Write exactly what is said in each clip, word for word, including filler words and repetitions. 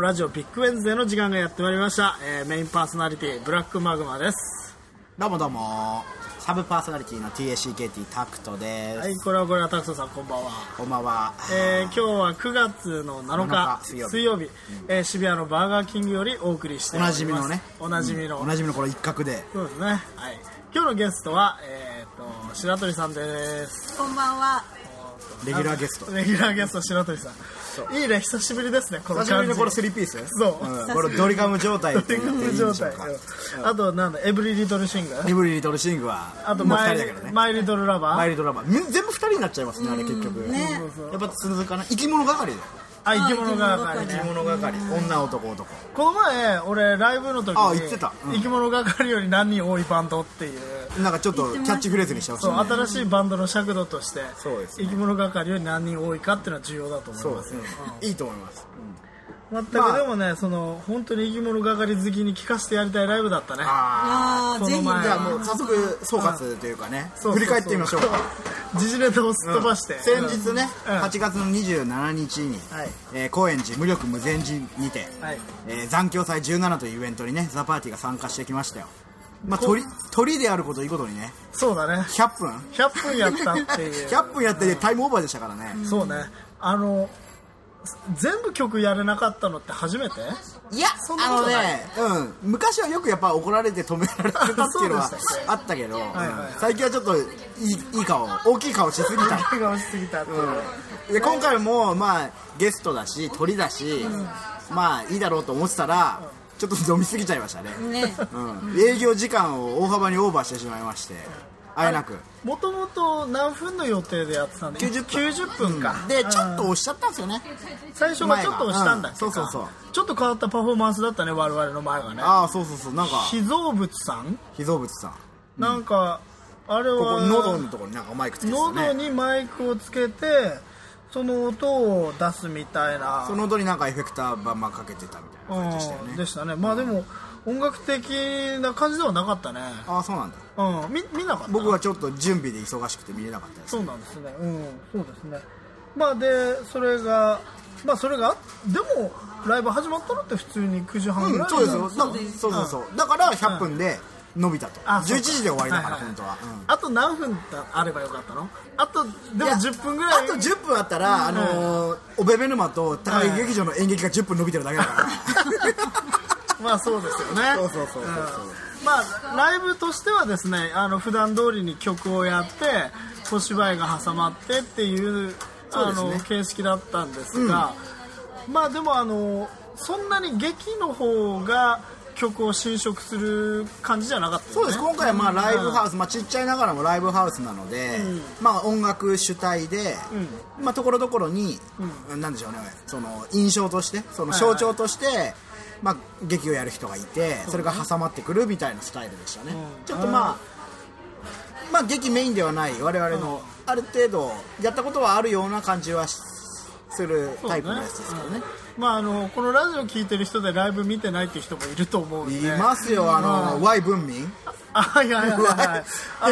ラジオビッグウェンズデーの時間がやってまいりました、えー、メインパーソナリティブラックマグマです。 どうもどうも、サブパーソナリティの ティーエーシーケーティー タクトです。 はい、これはこれはタクトさん、こんばんは。 こんばんは。 えー、今日はくがつのなのか水曜日、水曜日、うん、えー、渋谷のバーガーキングよりお送りしております。 おなじみのね、 おなじみの、 うん、おなじみのこの一角で。 そうですね。はい、今日のゲストは、えー、と白鳥さんです。 こんばんは。 レギュラーゲストレギュラーゲスト白鳥さん。いいね、久しぶりですね、この感じ。 久しぶりのこのスリーピース。 そう、 うん、このドリカム状態って言っていいんでしょうか。 うん、あとなんだ、エブリリトルシング。 エブリリトルシングはあとマイリ、ね、マイリトルラバー。 マイリトルラバー。全部二人になっちゃいますね、あれ結局。 ね、 やっぱ続かない。生き物係だよ。 あ、生き物係、 ね、生き物係、女男男。 この前俺ライブの時に、 あ、言ってた、 うん、生き物係より何人多いバンドっていうなんかちょっとキャッチフレーズにしてほしい、ね、 そう、新しいバンドの尺度として、 そうですね、 生き物係より何人多いかっていうのは重要だと思います。 そうですね、うん、いいと思います。 全く、まあ、でもね、その本当に生き物係好きに聴かせてやりたいライブだったね。 ああ、ぜひ。じゃあもう早速総括というかね、振り返ってみましょうか。 時事ネタをすっ飛ばして、 うん、先日ね、うん、はちがつのにじゅうしちにちに、はい、えー、高円寺無力無前寺にて、はい、えー、残響祭じゅうななというイベントにね、ザ・パーティーが参加してきましたよ。まあ、鳥, 鳥であることいいことにね。 そうだね、 ひゃっぷんひゃっぷんやったっていうひゃっぷんやってタイムオーバーでしたからね、 うん、そうね、あの全部曲やれなかったのって初めて？ いや、そんなことない。あのね、うん、昔はよくやっぱ怒られて止められてたっていうのはあったけど、はいはい、最近はちょっといい、いい顔、大きい顔しすぎた。 大きい顔しすぎたっていう、 うん、で今回もまあゲストだし鳥だし、うん、まあいいだろうと思ってたら、ちょっと飲みすぎちゃいましたね。ね、うん、営業時間を大幅にオーバーしてしまいまして、あえなく。 もともと何分の予定でやってたんで、きゅうじゅっぷん、きゅうじゅっぷんか、 うん、でちょっと押しちゃったんですよね。 最初はちょっと押したんだっけ、うん、 そうそうそう、 ちょっと変わったパフォーマンスだったね、我々の前がね。 ああ、そうそうそう、なんか秘蔵物さん秘蔵物さん、 うん、なんかあれはここ喉のところになんかマイクつけてたね。 喉にマイクをつけてその音を出すみたいな、 その音になんかエフェクターバンバンかけてたみたいな感じでしたよね。 でしたね。まあでも音楽的な感じではなかったね。 ああ、そうなんだ。 うん、見見なかった。 僕はちょっと準備で忙しくて見れなかったです。 そうなんですね。うん、そうですね。まあでそれがまあそれがでもライブ始まったのって普通にくじはんぐらい、 うん、そうですよ。そうそうそうそう、うん、だからひゃっぷんで伸びたと、うん、じゅういちじで終わりだから、はいはい、本当は、うん、 あと何分あればよかったの？あとでもじゅっぷんぐらい。 あとじゅっぷんあったら、うん、あのー、おべべ沼と高木劇場の演劇がじゅっぷん伸びてるだけだから、 まあそうですよね。 そうそうそうそう、うん、 まあライブとしてはですね、あの普段通りに曲をやって小芝居が挟まってっていう、ね、あの形式だったんですが、うん、まあでもあのそんなに劇の方が曲を侵食する感じじゃなかったですね。 そうです。今回はまあライブハウス、まあ、ちっちゃいながらもライブハウスなので、うん、まあ音楽主体で、うん、まあところどころに、うん、なんでしょうね、その印象としてその象徴として、はいはい、まあ、劇をやる人がいて、それが挟まってくるみたいなスタイルでしたね、うん、ちょっとまあまあ劇メインではない我々のある程度やったことはあるような感じはするタイプのやつですけどね。 まあ、あのこのラジオ聞いてる人でライブ見てないっていう人もいると思うんで。 いますよ、あの、うん、Y 文民、 あ、はいはいはい、はい、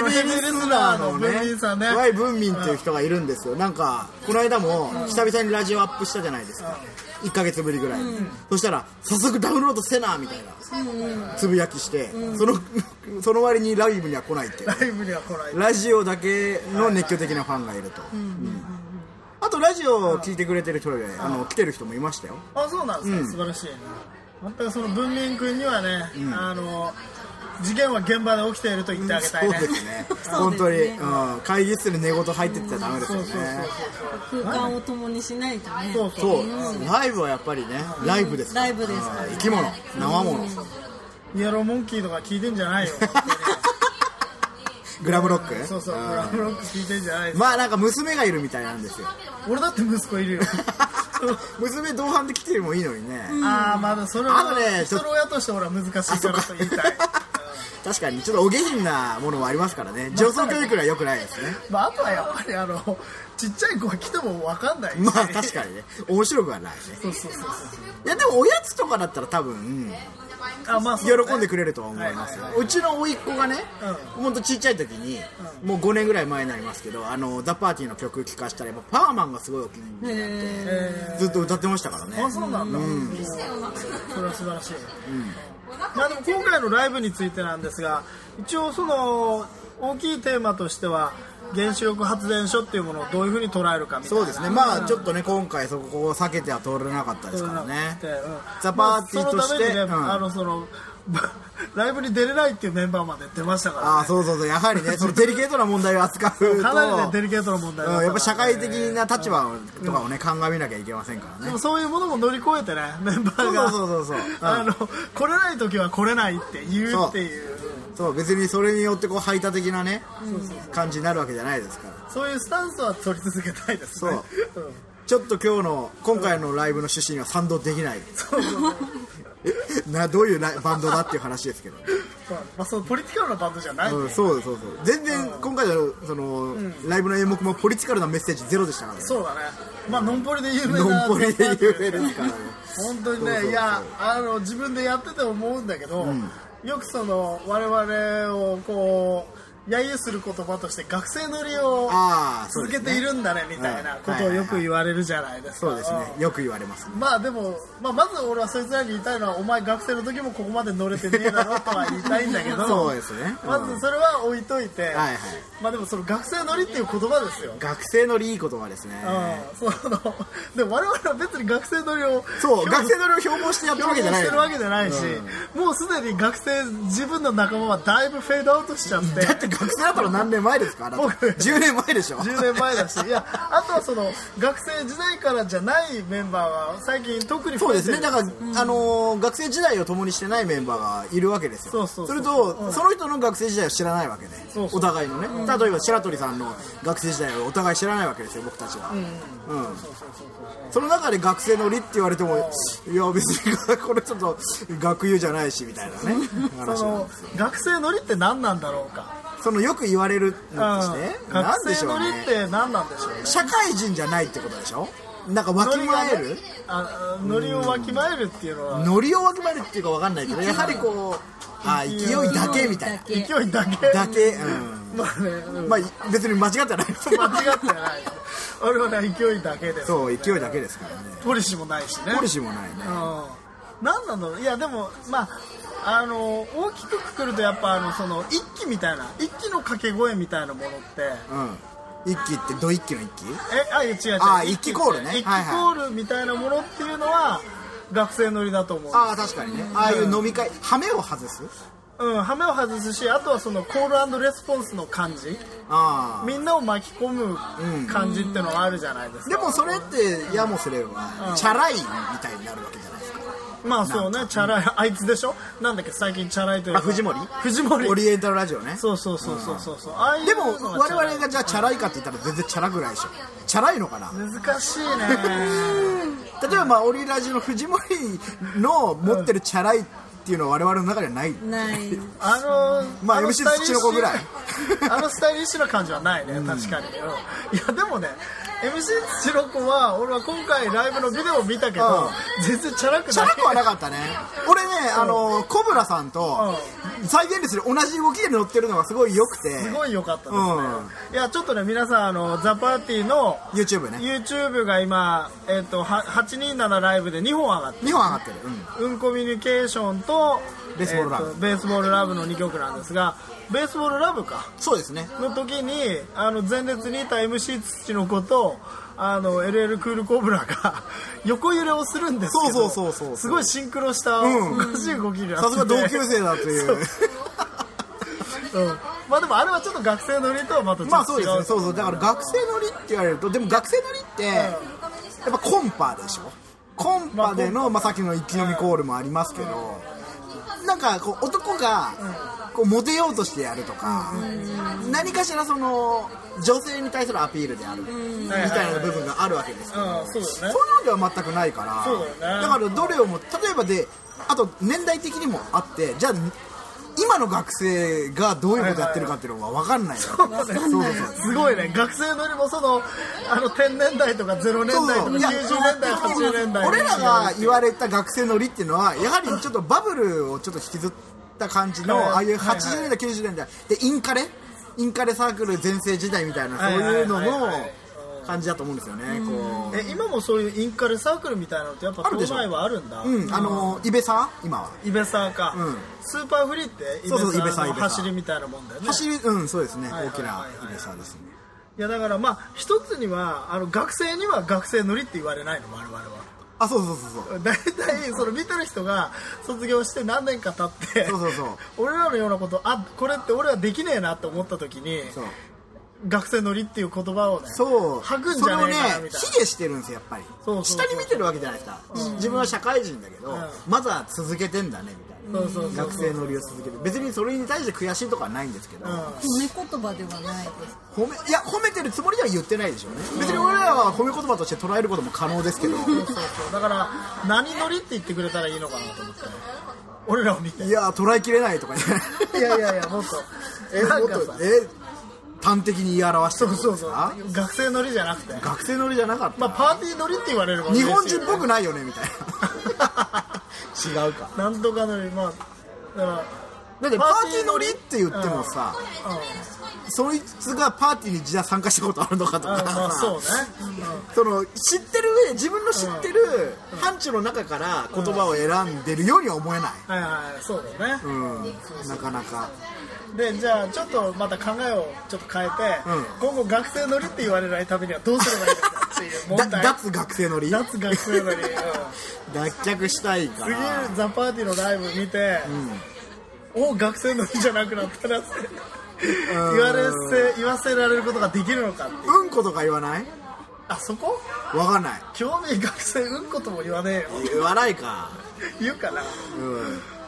ヘビーリスナーのね、 文民さんね、 Y 文民っていう人がいるんですよ。なんかこの間も久々にラジオアップしたじゃないですか、うん、いっかげつぶりぐらい、うん、そしたら早速ダウンロードせなみたいなつぶやきして、うん、そのその割にライブには来ないっていう、 ライブには来ない、 ラジオだけの熱狂的なファンがいると、うんうん、あとラジオを聞いてくれてる人で、あの来てる人もいましたよ。 あ、そうなんですか、うん、素晴らしいな。全くその文民君にはね、うん、あの事件は現場で起きていると言ってあげたいね、 うん、そうですね本当に、うん、会議室に寝言入ってってはダメですよね。 空間を共にしないとね。 そうそう、うん、ライブはやっぱりね、ライブですから、 ライブですから、 生き物、生物、 イエローモンキーとか聞いてんじゃないよグラムロック、 そうそう、グラムロック聞いてんじゃないです。 まあなんか娘がいるみたいなんですよ。 俺だって息子いるよ娘同伴で来てるもいいのにね、 うん、ああ、まだそれはね、人の親として俺は難しいからと言いたい確かにちょっとお下品なものもありますからね、上層教育は良くないですね。 まあ、あとはやっぱりあのちっちゃい子が来ても分かんないし、 まあ確かにね、面白くはないね。 そうそうそうそう。 いやでもおやつとかだったら多分あ、まあそうね、 喜んでくれるとは思いますよ、 はいはいはい、 うちの甥っ子がね、うん、ほんとちっちゃい時に、うん、もうごねんぐらい前になりますけど、あのザ・パーティーの曲聴かしたらやっぱパーマンがすごいお気に入りになってずっと歌ってましたからね。 あ、そうなんだ、うん、それは素晴らしい、うん、まあでも今回のライブについてなんですが、一応その大きいテーマとしては原子力発電所っていうものをどういうふうに捉えるかみたいな。 そうですね、まあちょっとね今回そこを避けては通れなかったですからね、うん、ザ・パーティーとして、 まあ、そのためにね、うん、あのそのライブに出れないっていうメンバーまで出ましたから、ね、 ああそうそうそう、やはりねそのデリケートな問題を扱うとかなりねデリケートな問題だったから、ね、 うん、やっぱ社会的な立場とかをね、うん、鑑みなきゃいけませんからね。 でもそういうものも乗り越えてね、メンバーがそうそうそうそう、うん、 あの来れない時は来れないって言うっていう、 そう別にそれによってこう排他的なね、うん、感じになるわけじゃないですから、 そういうスタンスは取り続けたいですね。 そう、うん、ちょっと今日の今回のライブの趣旨には賛同できない、そうそうなどういうバンドだっていう話ですけど、 そう、まあ、そのポリティカルなバンドじゃないんで、 うん、そうそうそう、全然今回のその、うん、ライブの演目もポリティカルなメッセージゼロでしたからね。 そうだね、まあノンポリで有名なノンポリで有名ですからね本当にね、そうそうそう、いやあの自分でやってて思うんだけど、うん、よくその我々をこう揶揄する言葉として学生乗りを続けているんだねみたいなことをよく言われるじゃないですか。 そうですね、よく言われます、ね、 まあでも、まあ、まず俺はそいつらに言いたいのは、お前学生の時もここまで乗れてねえだろとは言いたいんだけどそうですね、うん、 まずそれは置いといて、はいはい、まあでもその学生乗りっていう言葉ですよ。 学生乗りいい言葉ですね、 うん、そのでも我々は別に学生乗りをそう学生乗りを標榜してやってるわけじゃない、 標榜してるわけじゃないし、うん、もうすでに学生自分の仲間はだいぶフェードアウトしちゃってだって学生だったら何年前ですか？じゅうねんまえでしょ。 じゅうねんまえだし、いやあとはその学生時代からじゃないメンバーは最近特にそうですね、だから、うん、あのー、学生時代を共にしてないメンバーがいるわけですよ。そうそうそう、それと、うん、その人の学生時代を知らないわけで、そうそう、お互いのね、うん、例えば白鳥さんの学生時代をお互い知らないわけですよ、僕たちは、うんうん、その中で学生乗りって言われても、いや別にこれちょっと学友じゃないしみたいなねその学生乗りって何なんだろうか、 そのよく言われるのとして、 うん、学生乗りって何なんでしょうね。 社会人じゃないってことでしょ。なんかわきまえる、 あ、ノリをわきまえるっていうのは、 ノリをわきまえるっていうかわかんないけど、やはりこう、あ、勢いだけみたいな、 勢いだけだけ、うん、まあね、うん、まあ別に間違ってない間違ってない俺はね、勢いだけです、ね、 そう、勢いだけですからね。 ポリシーもないしね。 ポリシーもないね、うん、 何なんだろう。いやでもまああの大きくくくるとやっぱあのその一揆みたいな、一揆の掛け声みたいなものって、 うん、一揆ってど一揆の一揆？ え、あ、違う違う、 あ、一揆コールね、 一揆コールみたいなものっていうのは学生乗りだと思う。 ああ、確かにね、ああいう飲み会、ハメを外す、 うん、ハメを外すし、あとはそのコール&レスポンスの感じ、あ、みんなを巻き込む感じってのがあるじゃないですか、 うん、でもそれってやもすれば、うん、チャラいみたいになるわけじゃないですか。 まあそうね、チャラい、あいつでしょ、なんだっけ最近チャラいというか、 あ、藤森藤森オリエンタルラジオね。 そうそうそうそうそうそう、 うん、でも我々がじゃあチャラいかって言ったら全然チャラくないでしょ。チャラいのかな、 難しいね例えばまあオリラジの藤森の持ってるチャラいっていうのは我々の中ではない、 ないあのまあ エムシー 土の子ぐらいあのスタイリッシュな感じはないね、確かに、うん、いやでもね エムシー 土の子は俺は今回ライブのビデオを見たけど、うん、全然チャラくない。 チャラくはなかったね。俺ね、あのコブラさんと再現率で同じ動きで乗ってるのがすごい良くて、 すごい良かったですね、うん、いやちょっとね皆さんあのザ・パーティーの YouTube ね、 YouTube が今、えー、とはちにーななライブでにほん上がってる、 にほん上がってる、 うん、うんコミュニケーションとベースボールラブ、えー、 ベースボールラブのにきょくなんですが、ベースボールラブか、 そうですねの時にあの前列にいた エムシー 土の子とあの エルエル クールコブラが横揺れをするんですけど、そうそうそうそう、すごいシンクロしたおかしい動きになって、 さすが同級生だという、 うん、まあでもあれはちょっと学生乗りとはまたちょっと違う、 まあそうですね、そうそう、だから学生乗りって言われると、でも学生乗りってやっぱコンパでしょ。コンパでの、まあ、さっきの一気飲みコールもありますけど、なんかこう男がこうモテようとしてやるとか、何かしらその女性に対するアピールであるみたいな部分があるわけですけど、そういうのでは全くないから、だからどれをも例えばで、あと年代的にもあって、じゃあ今の学生がどういうことやってるかっていうのが分かんないよ。 そうそうそうすごいね。学生のよりもそのあの天然代とかゼロねんだいとかきゅうじゅうねんだいはちじゅうねんだい俺らが言われた学生乗りっていうのはやはりちょっとバブルをちょっと引きずった感じのああいうはちじゅうねんだいきゅうじゅうねんだいでインカレインカレサークル全盛時代みたいなそういうのの感じだと思うんですよね。こうえ今もそういうインカレサークルみたいなのってやっぱ東大はあるんだ。 うん、あのイベサー今はイベサーか、うん、スーパーフリーってイベサーの走りみたいなもんだよね。 走りうんそうですね、大きなイベサーですね。 いやだからまあ一つにはあの学生には学生乗りって言われないの我々は。 あそうそうそうそう。 大体その見てる人が卒業して何年か経ってそうそうそう俺らのようなことあこれって俺はできねえなって思った時にそう学生乗りっていう言葉をねそう吐くんじゃねえかなみたいな。 それをね卑下してるんですよやっぱり。そうそうそう下に見てるわけじゃないですか、うん、自分は社会人だけど、うん、まずは続けてんだねみたいな。そうそうそうそう学生乗りを続ける。別にそれに対して悔しいとかはないんですけど、うん、 褒め言葉ではないです。 褒めいや褒めてるつもりでは言ってないでしょうね。別に俺らは褒め言葉として捉えることも可能ですけどそうそうそうだから何乗りって言ってくれたらいいのかなと思って俺らを見ていや捉えきれないとかねいやいやいやもっとえもっとえ端的に言い表してるんですか。そうそうそう学生乗りじゃなくて学生乗りじゃなかった、 まあ、パーティー乗りって言われるもん日本人っぽくないよねみたいな違うかなんとか乗りまあだからだってパーティー乗りって言ってもさ、うんうん、そいつがパーティーに実は参加したことあるのかとか、 まあ、そうね、 うん、その知ってる上自分の知ってる範疇の中から言葉を選んでるようには思えない、 はいはいそうだね、 うん、なかなかでじゃあちょっとまた考えをちょっと変えて、うん、今後学生乗りって言われないためにはどうすればいいのかっていう問題脱学生乗り脱学生乗り、うん、 脱却したいから次ザ・パーティーのライブ見て、うん、お学生乗りじゃなくなったら言われせ言わせられることができるのかっていう。 うんことか言わない？ あそこ？ わかんない。 興味学生うんことも言わねえよ。 言わないか。 言うかな。うん。うん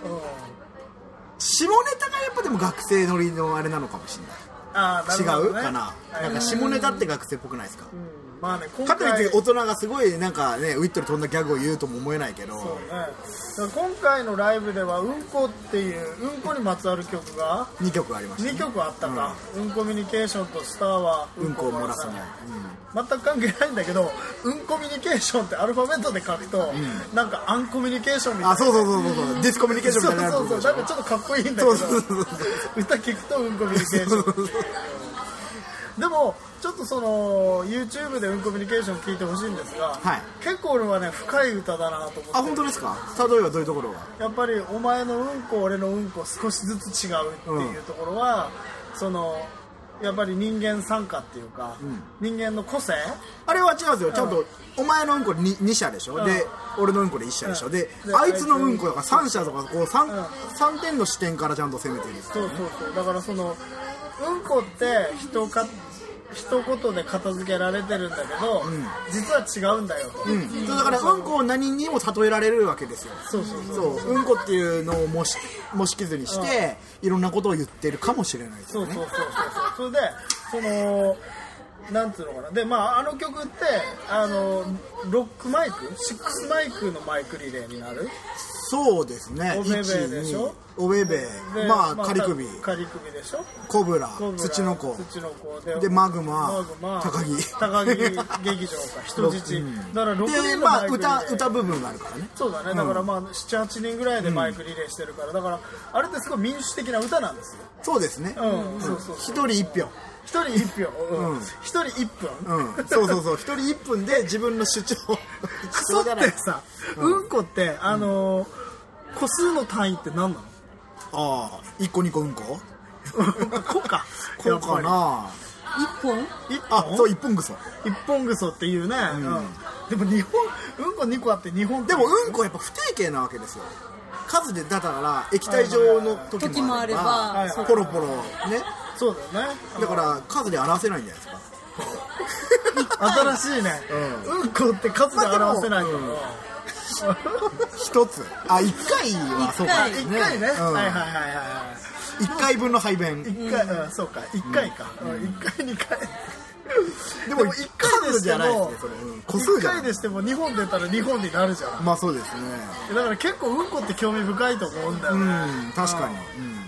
下ネタがやっぱでも学生乗りのあれなのかもしれない。 あー、なるほどね、 違うかな。なんか下ネタって学生っぽくないですか。 うん、まあね、今回かといって大人がすごいなんかねウィットに飛んだギャグを言うとも思えないけど。 そうね。今回のライブではうんこっていううんこにまつわる曲がにきょくありました、ね。 にきょくあったか。うん、うん、コミュニケーションとスターはうんこを漏らさない。 うん、全く関係ないんだけど、うんコミュニケーションってアルファベットで書くと、うん、なんかアンコミュニケーションみたいな。 あ、そうそうそうそう。ディスコミュニケーションみたいな。 そうそうそう。なんかちょっとかっこいいんだけど。そうそうそうそう歌聞くとうんコミュニケーション。でもちょっとその YouTube でうんコミュニケーション聞いてほしいんですが、はい、結構俺はね深い歌だなと思って。 あ、本当ですか。例えばどういうところが。 やっぱりお前のうんこ俺のうんこ少しずつ違うっていうところは、うん、そのやっぱり人間参加っていうか、うん、人間の個性あれは違うんですよ。ちゃんと、うん、お前のうんこ 2, に社でしょ、うん、で俺のうんこでいっ社でしょ、うん、で, であいつのうんこだからさん社とかこう 3,、うん、さんてんの視点からちゃんと攻めてるんですよ、ね、 そうそうそう。だからそのうんこって人か一言で片付けられてるんだけど、うん、実は違うんだよと、うん、 だからうんこを何にも例えられるわけですよ。 そうそうそうそう。うんこっていうのを模し模式図にして、うん、いろんなことを言ってるかもしれないですよね。 そうそうそうそう。それでそのなんつうのかな。でまああの曲ってあのロックマイクシックスマイクのマイクリレーになる。 そうですね。 おべべでしょ。 おべべ、まあ仮首、 仮首でしょ。 コブラ、土の子、 土の子でマグマ、 マグマ高木、 高木劇場か人質。うん、だからろくにんのマイクリレー。まあ歌歌部分があるからね。 そうだね。だからまあなな、はちにんぐらいでマイクリレーしてるから、だからあれってすごい民主的な歌なんですよ。 そうですね。 うん、そうそう。 一人一票。 一人一票、うん、一人一分、 うん、そうそうそう、一人一分で自分の主張をクソってさ、うん、うんこってあのー、個数の単位って何なの？ ああ、一個二個うんこ？ こか。 こうかな。 一本？ 一本？ あ、そう一本ぐそ。 一本ぐそっていうね。うんうん、でも日本うんこ二個あって日本でもうんこやっぱ不定形なわけですよ。数でだから液体状の時もあれば、ポロポロね。 そうだよね。 だから数で表せないんじゃないですか。 新しいね。うん、うんこって数で表せないから。 一つ。あ、一回はそうか。 一回ね。はいはいはいはい。 一回分の排便。 一回、うん、そうか。一回か。一回二回。 でも一回でしても一回でしてもにほん出たらにほんになるじゃん。 まあそうですね。 だから結構うんこって興味深いと思うんだよね。 うん、確かに。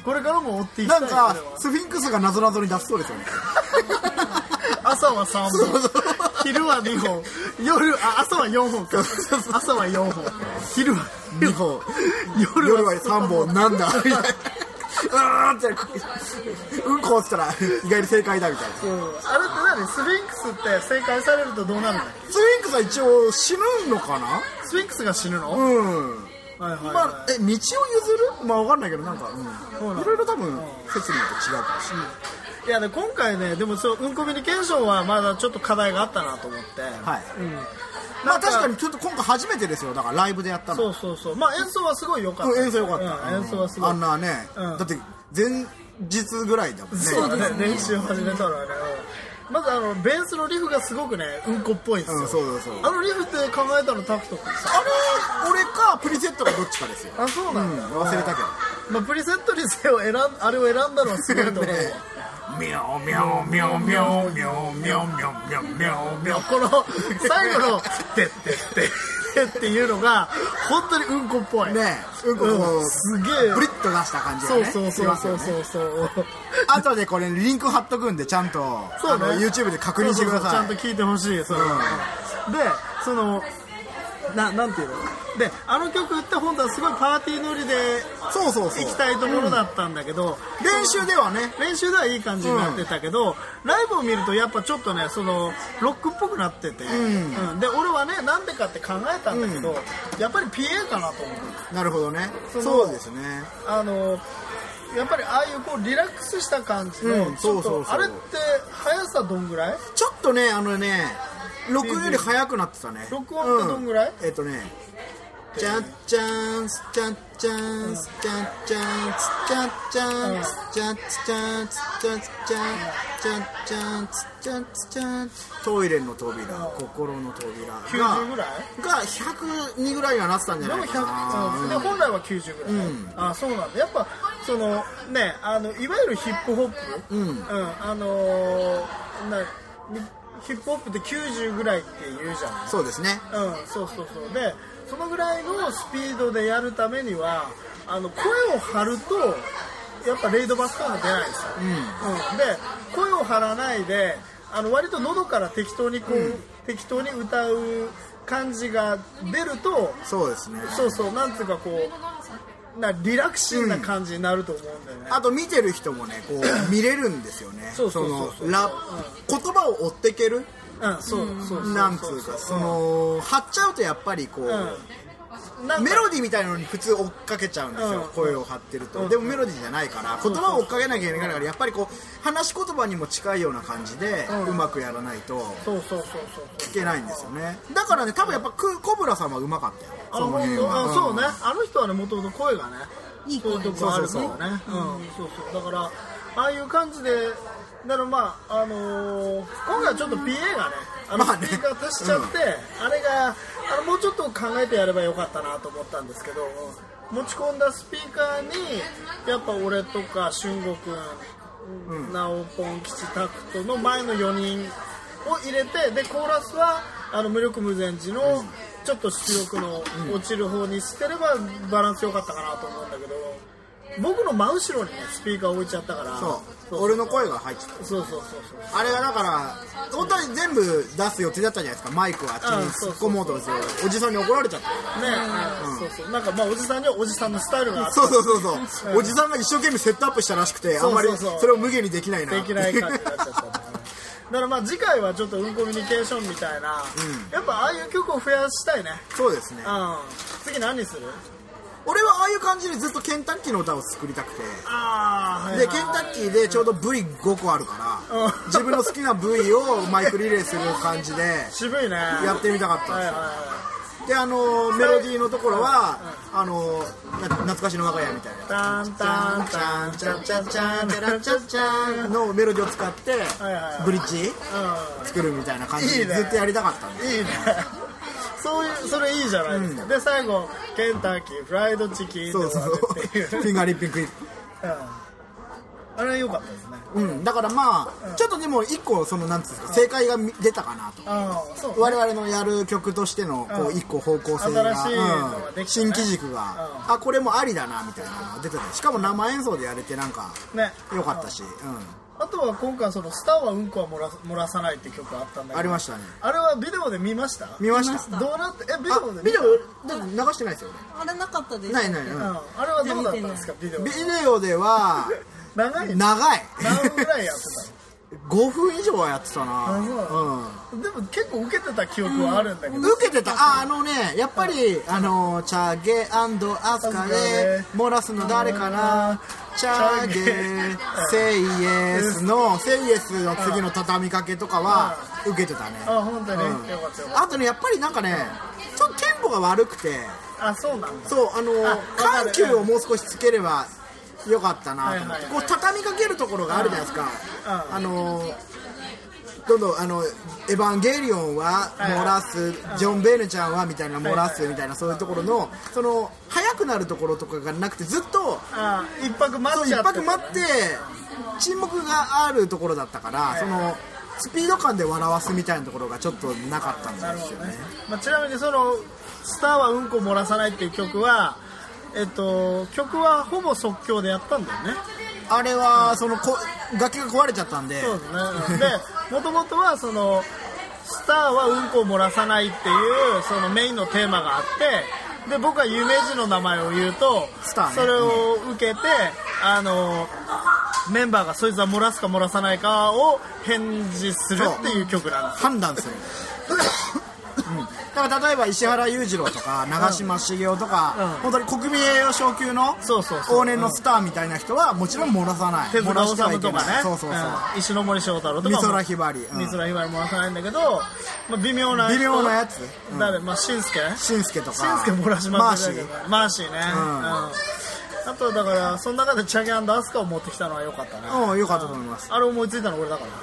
これからも追っていきたないんかこれはスフィンクスが謎々に出しそうですよね。 朝はさんぼん、昼はにほん、夜あ朝はよんほんか、朝はよんほん、昼はにほん、 夜夜はさんぼん、なんだみたいな。うーんってうんこっつったら意外に正解だみたいな。 うん、あれって何、スフィンクスって正解されるとどうなるんだっけ？ スフィンクスは一応死ぬのかな。 スフィンクスが死ぬの？ うんはいはいはい、 まあ、え道を譲るまあ分かんないけどなんか、うん、いろいろ多分説によって違うかもしれない。 いやね、今回ね、でもそう、うんコミュニケーションはまだちょっと課題があったなと思って、 はい、 うん、 まあ確かにちょっと今回初めてですよ。だからライブでやったの。 そうそうそう、まあ演奏はすごい良かった、 うん、演奏良かった、 うん、演奏はすごい、 あんなね、うん、だって前日ぐらいだもんね。 そうだね、練習を始めたのはね、まずあのベースのリフがすごくね、うんこっぽいんですよ、 うん、そうそうそう。 あのリフって考えたのタクトってさ、 あれ俺かプリセットかどっちかですよ。 あ、そうなんだ、 うん、忘れたけど、 まあ、プリセットにせよ選んあれを選んだのはすごいと思うわ、 ね、ミョウミョウミョウミョウミョウミョウミョウミョウミョウミョウこの最後の「てってって」っていうのが本当にうんこっぽいね、うんここう、 うん、すげえブリッと出した感じがね。 そうそうそうそうそうそう、 あとでこれリンク貼っとくんでちゃんと、そう、ね、あの YouTube で確認してください。 そうそうそう、ちゃんと聞いてほしいそれ、うん、でそのななんていうので、あの曲って本当はすごいパーティーノリでそうそうそう行きたいところだったんだけど、 うん、練習ではね練習ではいい感じになってたけど、うん、ライブを見るとやっぱちょっとね、そのロックっぽくなってて、うんうん、で俺はねなんでかって考えたんだけど、うん、やっぱり ピーエー かなと思う。 なるほどね。そうですね。 あのやっぱりああいうこうリラックスした感じの、うん、そうそうそう、あれって速さどんぐらい？ ちょっとね、あのね録音より速くなってたね。 録音ってどんぐらい？ うん、えっとねチャッチャンスチャッチャンスチャッチャンスチャッチャンスチャッチャンスチャッチャンスチャッチャンスチャッチャンストイレの扉、心の扉がきゅうじゅうぐらいがひゃくにぐらいにはなってたんじゃないかな。 で本来はきゅうじゅうぐらい、うん、あ、そうなんだ。やっぱそのね、あのいわゆるヒップホップ、うんうん、あのー、なヒップホップってきゅうじゅうぐらいって言うじゃない。 そうですね。 うん、そうそうそう。でそのぐらいのスピードでやるためにはあの声を張るとやっぱレイドバックトーンが出ないんですよ、うんうん、で声を張らないであの割と喉から適当にこう、うん、適当に歌う感じが出ると、 そうですね、 そうそうなんていうかこうなリラクシーな感じになると思うんだよね、 うん、あと見てる人もねこう見れるんですよね。 そうそうそうそう、 ラ言葉を追っていける、 うん、そうそうそう、 なんつうかその張っちゃうとやっぱりこう、うん、メロディーみたいなのに普通追っかけちゃうんですよ、うん、声を張ってると、うん、でもメロディーじゃないから言葉を追っかけなきゃいけないからやっぱりこう話し言葉にも近いような感じでうまくやらないと聞けないんですよね。だからね多分やっぱコブラさんはうまかったよ。 あの辺は、うん、そうね、あの人はねもともと声がねいい声とかあるからね、そうそうだからああいう感じでだからまああのー、今回ちょっと ピーエー がねあのスピーカー足しちゃって、まあねうん、あれがあのもうちょっと考えてやればよかったなと思ったんですけど持ち込んだスピーカーにやっぱ俺とか俊吾くん、うん、ナオポン吉タクトの前のよにんを入れてでコーラスはあの無力無前時のちょっと出力の落ちる方にしてればバランス良かったかなと思うんだけど僕の真後ろにねスピーカー置いちゃったからそう俺の声が入ってた。そうそうそうそうあれがだから本当に全部出す予定だったじゃないですか。マイクはあっちに突っ込もうとしておじさんに怒られちゃったね、うん、そうそうなんかまあおじさんにはおじさんのスタイルがあったそうそうそうそう、うん、おじさんが一生懸命セットアップしたらしくてあんまりそれを無限にできないなできない感じになっちゃっただからまあ次回はちょっとうんコミュニケーションみたいな、うん、やっぱああいう曲を増やしたいね。 そうですね、 うん、次何する？ 俺はああいう感じでずっとケンタッキーの歌を作りたくてあ、はいはい、 でケンタッキーでちょうど ブイごこあるから、うん、自分の好きな ブイ をマイクリレーする感じで渋いねやってみたかったんですよ、はいはいはい、であのメロディーのところは、うん、あの懐かしの我が家みたいなタンタンタンチャチャチャンチャラチャチャンのメロディーを使ってブリッジ作るみたいな感じでずっとやりたかったんでいいねそういうそれいいじゃないですか、うん、で最後ケンタッキーフライドチキンそうそうフィンガーリッピングクイック、 うん、 あれは良かったですね。 うん、だからまあ、うん、ちょっとでも一個そのなんつうんですか正解が出たかなと、 うんそうね、 我々のやる曲としてのこう一個方向性が、 新しいのができたね、 新機軸が、うん、あこれもありだなみたいなのが出てた。しかも生演奏でやれてなんか良かったし、ねうん、あとは今回そのスターはうんこは漏ら漏らさないって曲あったんだけど、 ありましたね。 あれはビデオで見ました？ 見ました。 どうなってえビデオでビデオ流してないですよね。 あれなかったです。 ないない、うん、 あれはどうだったんですかビデオ？ ビデオでは長い長い何分ぐらいやってたの？ ごふん以上はやってたな。 うん、でも結構受けてた記憶はあるんだけど、うん、 受けてた。ああのねやっぱり、うん、あのチャゲアスカで漏らすの誰かな、チャゲセイエスのセイエスの次の畳みかけとかは受けてたね。 あ本当に、うん、よかったよかった。 あとねやっぱりなんかねちょっとテンポが悪くて、 あそうなんだ。 そうあの緩急をもう少しつければよかったなと思って、こう畳みかけるところがあるじゃないですか。あのどんどんあのエヴァンゲリオンは漏らす、ジョン・ベーヌちゃんはみたいな漏らすみたいな、そういうところのその速くなるところとかがなくてずっと一泊待っちゃって、 一泊待って沈黙があるところだったから、そのスピード感で笑わすみたいなところがちょっとなかったんですよね。 まあ、ちなみにそのスターはうんこ漏らさないっていう曲はえっと、曲はほぼ即興でやったんだよね。 あれはそのこ楽器が壊れちゃったんで。 そうですね。でもともとはそのスターはうんこを漏らさないっていうそのメインのテーマがあって、で僕は有名人の名前を言うとスター、ね、 それを受けて、うん、あのメンバーがそいつは漏らすか漏らさないかを返事するっていう曲なんです。 判断する。だから例えば石原裕次郎とか長嶋茂雄とか、うん、本当に国民栄誉賞級の往年のスターみたいな人はもちろん漏らさない。 手塚治虫とかね、 そうそうそう、 うん、石ノ森章太郎とか美空ひばり、 うん、美空ひばり漏らさないんだけど、まあ、微妙な微妙なやつ、 うん、誰、まあ、しんすけしんすけとかしんすけ漏らしますね。マーシーね、うんうん、あとだからその中でチャゲ&アスカを持ってきたのは良かったね。 うん良かったと思います。 あれ思いついたの俺だから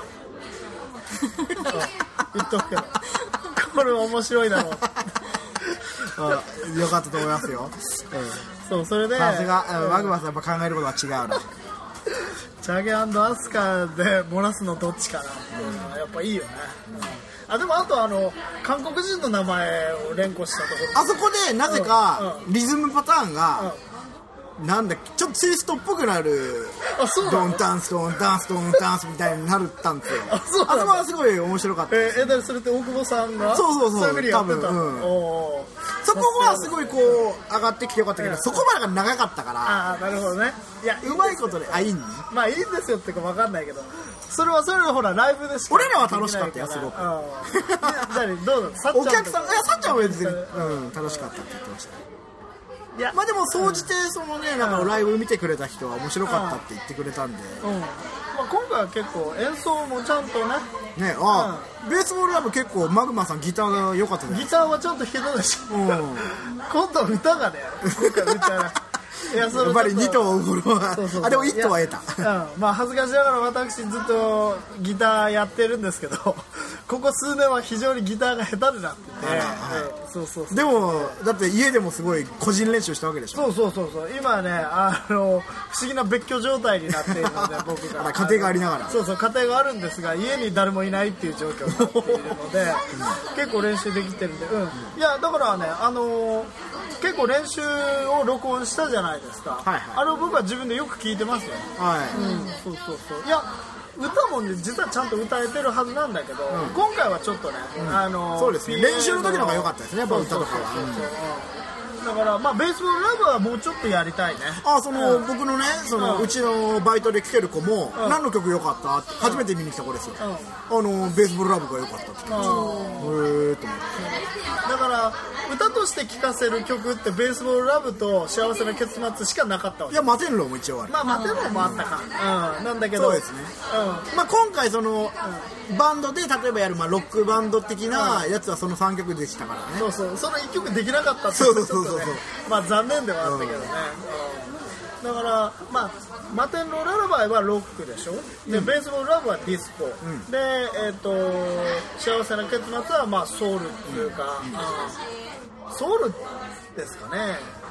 言っとくけどこれは面白いだろうあよかったと思いますよ、うん、 そうそれでさすがマグマさんやっぱ考えることは違うなチャゲ&アスカで漏らすのどっちかなっていうのはやっぱいいよね、うん、あでもあとあの韓国人の名前を連呼したところあそこでなぜかリズムパターンが、うんうんなんだちょっとツイストっぽくなるあそうドンタンスドンタンスドンタンスみたいになるったんですよ。あそうあそこはすごい面白かったえー、えだからそれって大久保さんがそうそうそう多分、 うん、おそこはすごいこう上がってきてよかったけど、うん、そこまでが長かったからああなるほどねいやうまいことであいいんまあいいんですよってか分かんないけどそれはそれはほらライブでしか俺らは楽しかったよすごく何どうだお客さんいやさっちゃんは別に、うん、楽しかったって言ってましたいやまあでも総じてそのね、うん、なんかライブ見てくれた人は面白かったって言ってくれたんで、うんうんまあ、 今回は結構演奏もちゃんとねねあ、うん、ベースボールラブ結構マグマさんギターが良かったねギターはちゃんと弾けたでしょ、うん、今度は歌がね今回歌がいやそやっぱりに頭をフォローあでもいち頭は得た、 うん、まあ恥ずかしながら私ずっとギターやってるんですけどここ数年は非常にギターが下手になってて、はい、そうそうそうでもだって家でもすごい個人練習したわけでしょそうそうそうそう今はねあの不思議な別居状態になっているので僕が家庭がありながらそうそう家庭があるんですが家に誰もいないっていう状況になっているので、うん、結構練習できてるんで、うん、いやだからねあの結構練習を録音したじゃないですか、はいはい、あれを僕は自分でよく聞いてますよ、はいうん、そうそうそういや歌もね実はちゃんと歌えてるはずなんだけど、うん、今回はちょっとね、うん、あのそうですね練習の時の方が良かったですねやっぱ歌とかだからまあベースボールラブはもうちょっとやりたいねあその、うん、僕のねその、うん、うちのバイトで聴ける子も、うん、何の曲良かったって初めて見に来た子ですよ、うん、あのベースボールラブが良かったって言ってましたへーと思ってだから歌として聴かせる曲ってベースボールラブと幸せな結末しかなかったわけいやマテンローも一応あるまあマテンローもあったか、うん、なんだけどそうですね、うんまあ、今回その、うん、バンドで例えばやる、まあ、ロックバンド的なやつはそのさんきょくでしたからねそうそうそのいっきょくできなかったっていうのはちょっとねまあ残念ではあったけどね、うん、だからまあマテンローララバイはロックでしょで、うん、ベースボールラブはディスコ、うん、で、えー、と幸せな結末はまあソウルっていうか、うんうん、ソウルですかね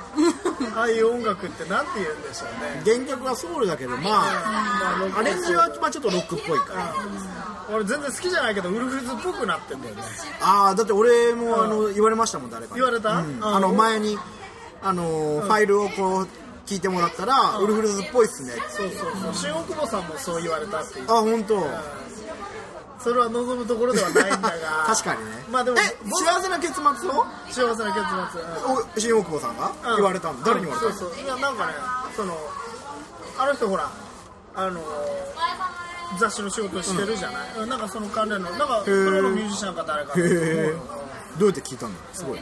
ああいう音楽ってなんて言うんでしょうね。 原曲はソウルだけど、まあアレンジはまあちょっとロックっぽいから、 俺全然好きじゃないけどウルフルズっぽくなってんだよね。 ああだって俺もあの言われましたもん、誰かに言われた、 うん、あの前にあのファイルをこう聞いてもらったら、ウルフルズっぽいっすね。 そうそうそう、新大久保さんもそう言われたっていう。 あ、本当。 それは望むところではないんだが確かにね。 まあでもえ、幸せな結末を幸せな結末、 お新大久保さんが言われたの、誰に言われたの？ そうそう、いやなんかね、そのあの人ほらあの雑誌の仕事してるじゃない、うん、なんかその関連のなんかプロのミュージシャンか誰か、 へー、どうやって聞いたんだ、すごい。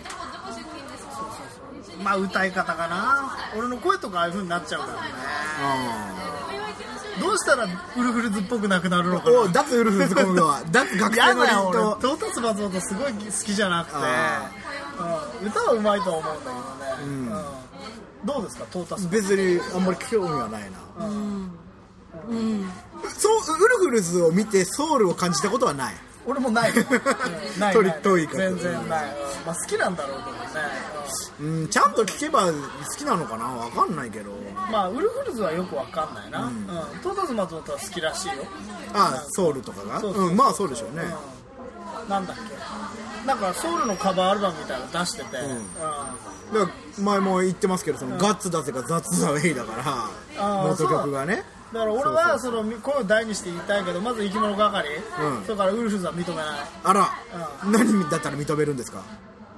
まあ歌い方かな、俺の声とかああいう風になっちゃうからね。あどうしたらウルフルズっぽくなくなるのかな。 お脱ウルフルズ今度は脱学生のリンとトータス松本すごい好きじゃなくて、うん、歌はうまいと思うんだけどね、うんうん、どうですかトータス？ 別にあんまり興味はないな、 うんうん、 そうウルフルズを見てソウルを感じたことはない。 俺もない、うん、ないトリトイカ全然ない、まあ、好きなんだろうけどね、 うん、ちゃんと聞けば好きなのかな、わかんないけど、 まあウルフルズはよくわかんないな、うんうん、トータス松本は好きらしいよ。 ああソウルとかが、 そうそう、 うん、まあそうでしょうね、 うん、なんだっけ、なんかソウルのカバーアルバムみたいなの出してて、うんうん、 だから前も言ってますけど、そのガッツだぜかザッツザウェイだから、元曲がね。 だから俺はその声を大にして言いたいけど、まず生き物係、うん、それからウルフルズは認めない。あら、うん、何だったら認めるんですか？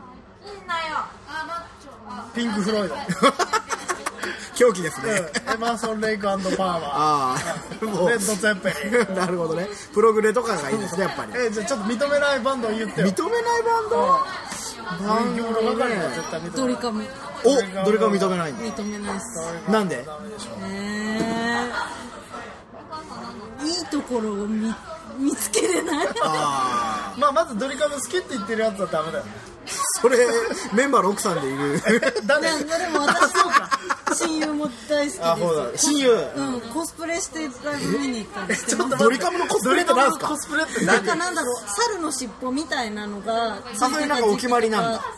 ピンク・フロイド狂気ですね、 うん、エマーソン・レイク&パーマー、 ああレッド・ゼッペリンなるほどね、プログレとかがいいですね、やっぱり。 えー、じゃあちょっと認めないバンドを言ってよ。 認めないバンド、 うん、生き物係は絶対認めない。 ドリカム。 お、どれか認めないんだ。 認めないっす。 なんで？ えー、いいところを 見, 見つけれないあまあまずドリカム好きって言ってるやつはダメだよね。 それメンバーの奥さんでいるだね。でも私そうか親友も大好きです。 あ、そうだ、親友、 うん、コスプレしてライブ見に行ったりしてます。 ドリカムのコスプレって何ですか？ コスプレってなんかなんだろう、猿の尻尾みたいなのがついてた時期があって、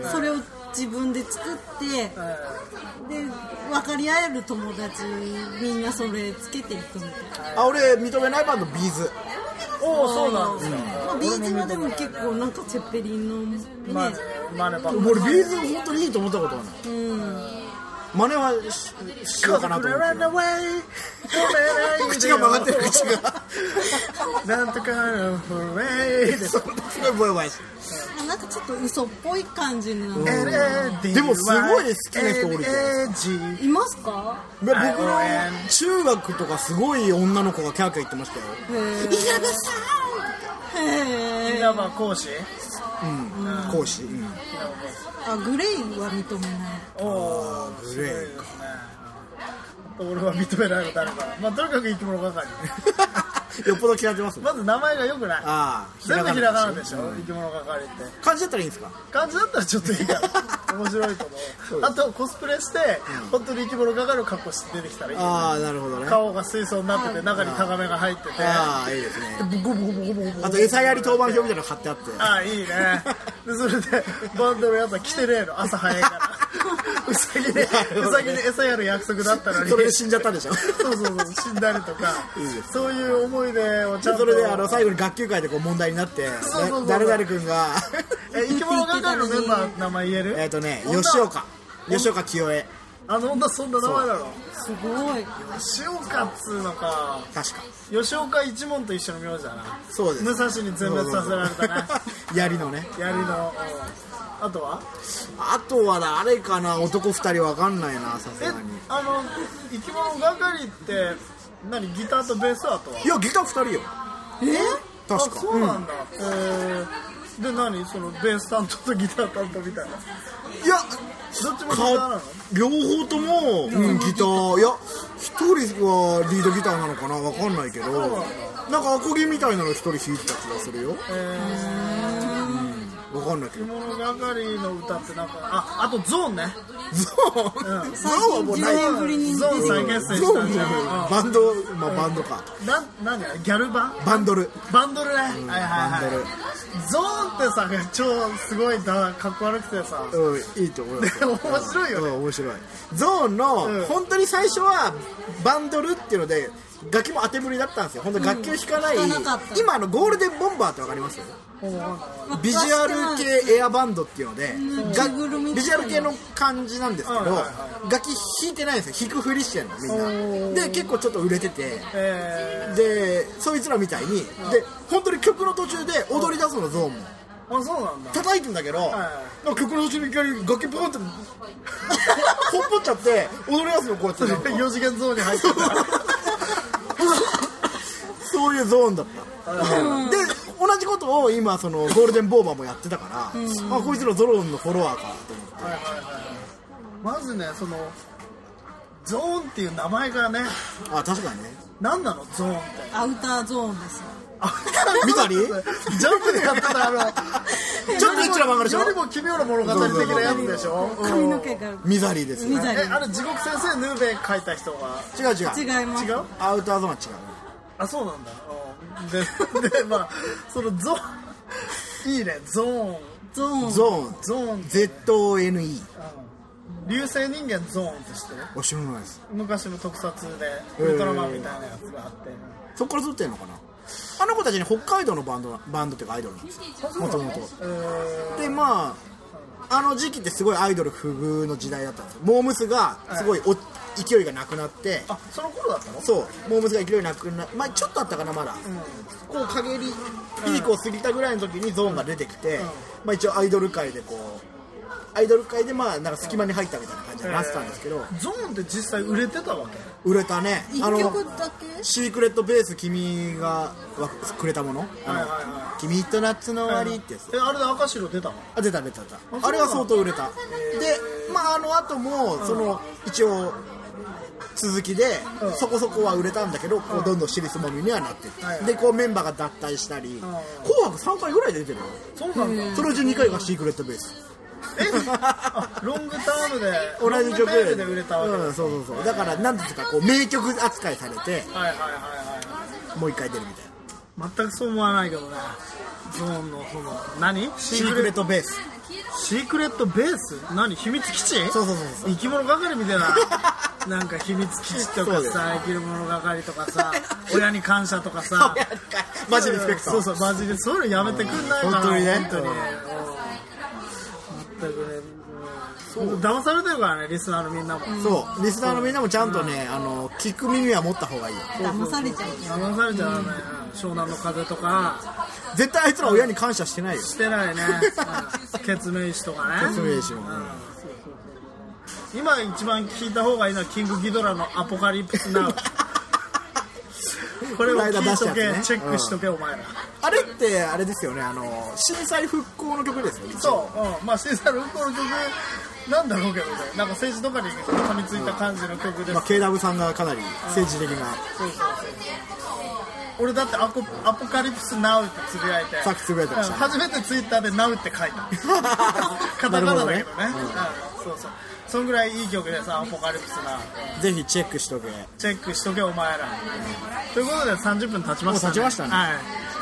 それを自分で作ってで分かり合える友達みんなそれつけていくみたいな。 あ、俺認めないバンドビーズ。 おお、そうなんですか。 まあ、ビーズはでも結構なんかチェッペリンのね、 まあ、真似ばっかり。 俺ビーズ本当にいいと思ったことはない。うん。真似は し, しようかなと思って。口が曲がってる口が。 なんとかのフレイ。 すごいボヤボヤし。 なんかちょっと嘘っぽい感じになる。 でもすごい好きな人おるじゃん。いますか？ 僕の中学とかすごい女の子がキャーキャー言ってましたよ。 稲葉さん。へえ。 稲葉講師？ うん。講師。 あ、グレイは認めない。 おー、グレイか。 俺は認めないの誰か。まあとにかく生き物係。 よっぽど嫌ってます。 まず名前が良くない。ああ、全部ひらがなでしょ、うん、生き物係って。 漢字だったらいいんですか？ 漢字だったらちょっといいから面白いと思う。あとコスプレして、うん、本当に生き物係の格好して出てきたらいい、ね。ああ、なるほどね。顔が水槽になってて中にタガメが入ってて。 ああ、いいですね。ボコボコボコボコ。あと餌やり当番表みたいなの貼ってあって。 ああ、いいね。でそれでバンドのやつは来てねえの、朝早いから。うさぎでうさぎで餌やる約束だったのに。 それで死んじゃったんでしょ。 そうそうそう、死んだりとか。いいです。そういう思い出をちゃんと。 それであの最後に学級会でこう問題になって、誰々君がえ生き物係のメンバー名前言える？ えっとね、吉岡吉岡清江。 あの女そんな名前だろ。 すごい。 吉岡っつうのか。 確か吉岡一門と一緒の名字だな。 そうです。 武蔵に全滅させられたね。 槍のね。 槍の。あとは？ あとは誰かな、男二人わかんないな、さすがに。 え、あの生き物係って何、ギターとベースはとは？ いや、ギター二人よ。 え？ 確か。 そうなんだ。うん、えー、で何そのベース担当とギター担当みたいな。 いや、 どっちもギターなの？ 両方とも、うん、ギター。いや、一人はリードギターなのかな、わかんないけど。なんかアコギみたいなの一人弾いてた気がするよ。えー、うん、わかんないけど。 生き物係の歌ってなんか、あ、あとゾーンね。 ゾーン、ゾーンはもうない。 じゅうねんぶりにゾーン再結成したんじゃん。 バンド、まあバンドか。 な、なんだよ、ギャル版バンドル。 バンドルね。はいはいはい。 バンドル。 ゾーンってさ、超すごいだ、かっこ悪くてさ。 うん、いいと思います。 でも面白いよね。 うん、面白い。ゾーンの、 うん、 本当に最初はバンドルっていうので、楽器も当てぶりだったんですよ。本当に楽器を弾かない、うん、今のゴールデンボンバーってわかります？ビジュアル系エアバンドっていうので、がビジュアル系の感じなんですけど、楽器弾いてないんですよ。弾くふりしてるのみんなで、結構ちょっと売れてて、でそいつらみたいにで本当に曲の途中で踊り出すの、ゾーンも。 あ、そうなんだ。 叩いてんだけど、はい、曲の途中にいきなり楽器ポンってほっぽっちゃって踊り出すの、こうやってよ次元ゾーンに入ってたそういうゾーンだった、うん、で同じことを今そのゴールデンボーバーもやってたから、うん、あ、こいつのゾローンのフォロワーかと思って、はいはいはい、 まずね、そのゾーンっていう名前がね、 あ、確かにね、 何なのゾーンって。 アウターゾーンですよ。 見たりジャンプでやってたあのちょっとエッチな漫画でしょ。 よりも奇妙な物語的なやつでしょ。 髪の毛がミザリーですね。 え、あれ地獄先生ヌーベ書いた人が。 違う違う違います。 違う、 アウターゾーンは違う。 あ、そうなんだ。で、でまあそのゾーンいいね、ゾーンゾーンゾーンゾーンゼットオーエヌイー、 流星人間ゾーンって知ってる？ お、知らないです。 昔の特撮でウルトラマンみたいなやつがあって、 そっから撮ってんのかな。あの子たちに北海道のバンドバンドっていうかアイドルなんですよ、もともと。で、まああの時期ってすごいアイドル不遇の時代だったんですよ。モームスがすごいお勢いがなくなって、 あ、その頃だったの？ そう、モームスが勢いなくな、まあちょっとあったかなまだ、うん、こう陰りピークを過ぎたぐらいの時にゾーンが出てきて、うん、まあ一応アイドル界でこうアイドル界でまあなんか隙間に入ったみたいな感じになってたんですけど、 えー、ゾーンって実際売れてたわけ？ 売れたね。 いっきょくだけ？ シークレットベース君がくれたもの、あの、はいはいはい、君と夏の終わりってやつ、 え、あれで赤白出たの？ あ、出た出た出た。あれは相当売れた。で、まああの後もその一応続きでそこそこは売れたんだけど、こうどんどん尻すぼみにはなってって、はいはい、でこうメンバーが脱退したり、紅白さんかいぐらいで出てるよ。 そうなんだ。 そのうちにかいがシークレットベース。 えロングタームで同じ曲で売れたわけ、 うん、そうそうそう。だから何ですか、こう名曲扱いされて、 はいはいはいはい、 もう一回出るみたいな。全くそう思わないけどね。ゾーンのその何？ シークレットベース。 シークレットベース？何？秘密基地？ そうそうそうそう。 生き物係みたいな。なんか秘密基地とかさ、生き物係とかさ、親に感謝とかさ、 マジリスペクト。 そうそう、マジでそういうのやめてくんないかな。 本当にね。 本当に。全くね、そう騙されてるからね、リスナーのみんなも。 そう、リスナーのみんなもちゃんとね、あの聞く耳は持った方がいいよ。 騙されちゃう。 騙されちゃうね。湘南の風とか。 絶対あいつら親に感謝してないよ。 してないね。ケツメイシとかね。 ケツメイシも。 今一番聞いた方がいいのはキングギドラのアポカリプスナウ。これを聞いとけ、ね、チェックしとけ、うん、お前ら。 あれってあれですよね、あの震災復興の曲ですよね。 そう、うん、まあ震災復興の曲なんだろうけどね、なんか政治とかに噛みついた感じの曲です、うん、 まあ、ケーダブル さんがかなり政治的な、 そうそうそう。俺だってアポ、アポカリプスナウってつぶやいて、 さっきつぶやいてました、 うん、初めてツイッターでナウって書いた。カタカナだけどね、うん、そうそう。そんぐらいいい曲でさ、アポカリプスな。 ぜひチェックしとけ。 チェックしとけ、お前ら。ということでさんじゅっぷん経ちましたね。 もう経ちましたね。 はい。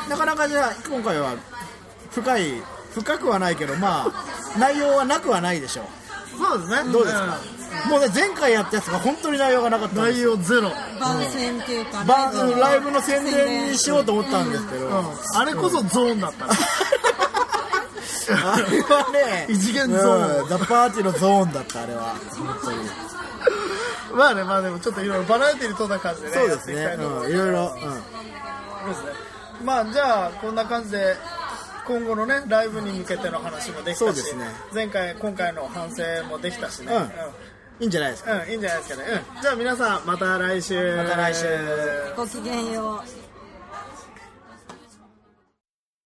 なかなかじゃあ、今回は深い、深くはないけど、まあ、内容はなくはないでしょう。 そうですね。 どうですか、うん、もうね、前回やったやつが本当に内容がなかったんです。 内容ゼロ。 番宣っていうか、 うん、ライブ、ライブの宣伝にしようと思ったんですけど。うんうん、 あれこそゾーンだったね。 あれはね、 異次元ゾーン、 うん、ザ・パーティーのゾーンだった、あれは本当に。 まあね、まあでもちょっといろいろバラエティに富んだ感じでね、 そうですね、うん、いろいろ、うん、そうですね。 まあじゃあこんな感じで今後のねライブに向けての話もできたし、そうですね、前回今回の反省もできたしね、うんうん、 いいんじゃないですか、 うん、いいんじゃないですかね、うん、じゃあ皆さんまた来週、 また来週、 ごきげんよう。